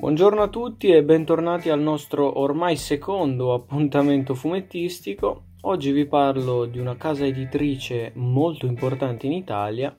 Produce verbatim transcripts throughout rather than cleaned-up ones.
Buongiorno a tutti e bentornati al nostro ormai secondo appuntamento fumettistico. Oggi vi parlo di una casa editrice molto importante in Italia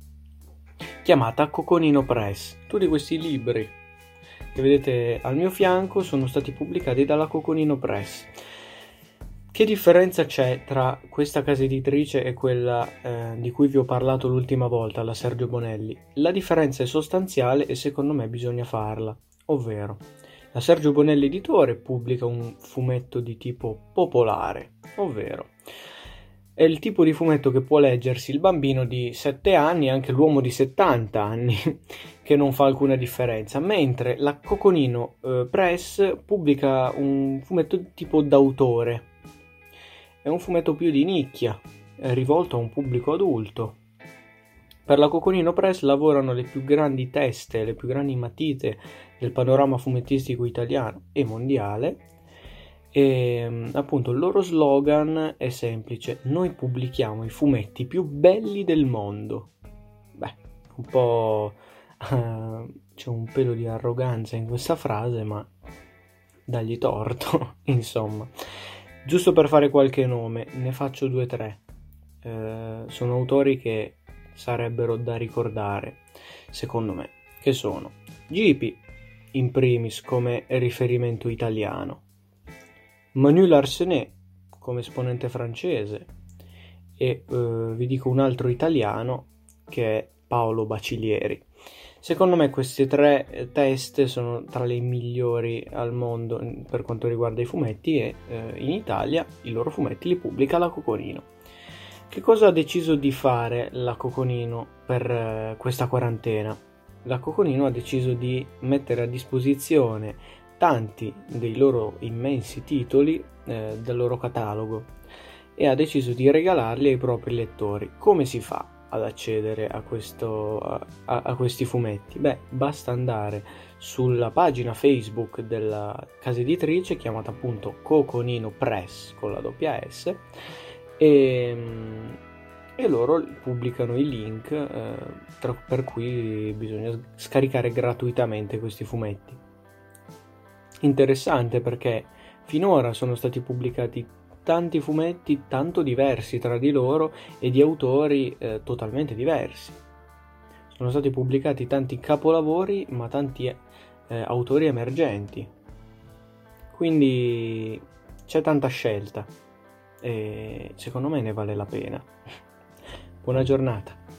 chiamata Coconino Press. Tutti questi libri che vedete al mio fianco sono stati pubblicati dalla Coconino Press. Che differenza c'è tra questa casa editrice e quella eh, di cui vi ho parlato l'ultima volta, la Sergio Bonelli? La differenza è sostanziale e secondo me bisogna farla. Ovvero, la Sergio Bonelli Editore pubblica un fumetto di tipo popolare, ovvero è il tipo di fumetto che può leggersi il bambino di sette anni e anche l'uomo di settanta anni, che non fa alcuna differenza, mentre la Coconino eh, Press pubblica un fumetto di tipo d'autore. È un fumetto più di nicchia, è rivolto a un pubblico adulto. Per la Coconino Press lavorano le più grandi teste, le più grandi matite del panorama fumettistico italiano e mondiale e appunto il loro slogan è semplice: noi pubblichiamo i fumetti più belli del mondo. Beh, un po' uh, c'è un pelo di arroganza in questa frase, ma dagli torto, insomma. Giusto per fare qualche nome, ne faccio due o tre. Eh, sono autori che sarebbero da ricordare, secondo me, che sono Gipi, in primis come riferimento italiano, Manu Larsenet come esponente francese e eh, vi dico un altro italiano che è Paolo Bacilieri. Secondo me queste tre teste sono tra le migliori al mondo per quanto riguarda i fumetti e eh, in Italia i loro fumetti li pubblica la Coconino. Che cosa ha deciso di fare la Coconino per eh, questa quarantena? La Coconino ha deciso di mettere a disposizione tanti dei loro immensi titoli eh, del loro catalogo e ha deciso di regalarli ai propri lettori. Come si fa ad accedere a, questo, a, a questi fumetti? Beh, basta andare sulla pagina Facebook della casa editrice chiamata appunto Coconino Press con la doppia S e, e loro pubblicano i link eh, tra, per cui bisogna scaricare gratuitamente questi fumetti. Interessante perché finora sono stati pubblicati tanti fumetti tanto diversi tra di loro e di autori eh, totalmente diversi. Sono stati pubblicati tanti capolavori ma tanti eh, autori emergenti. Quindi c'è tanta scelta e secondo me ne vale la pena. Buona giornata.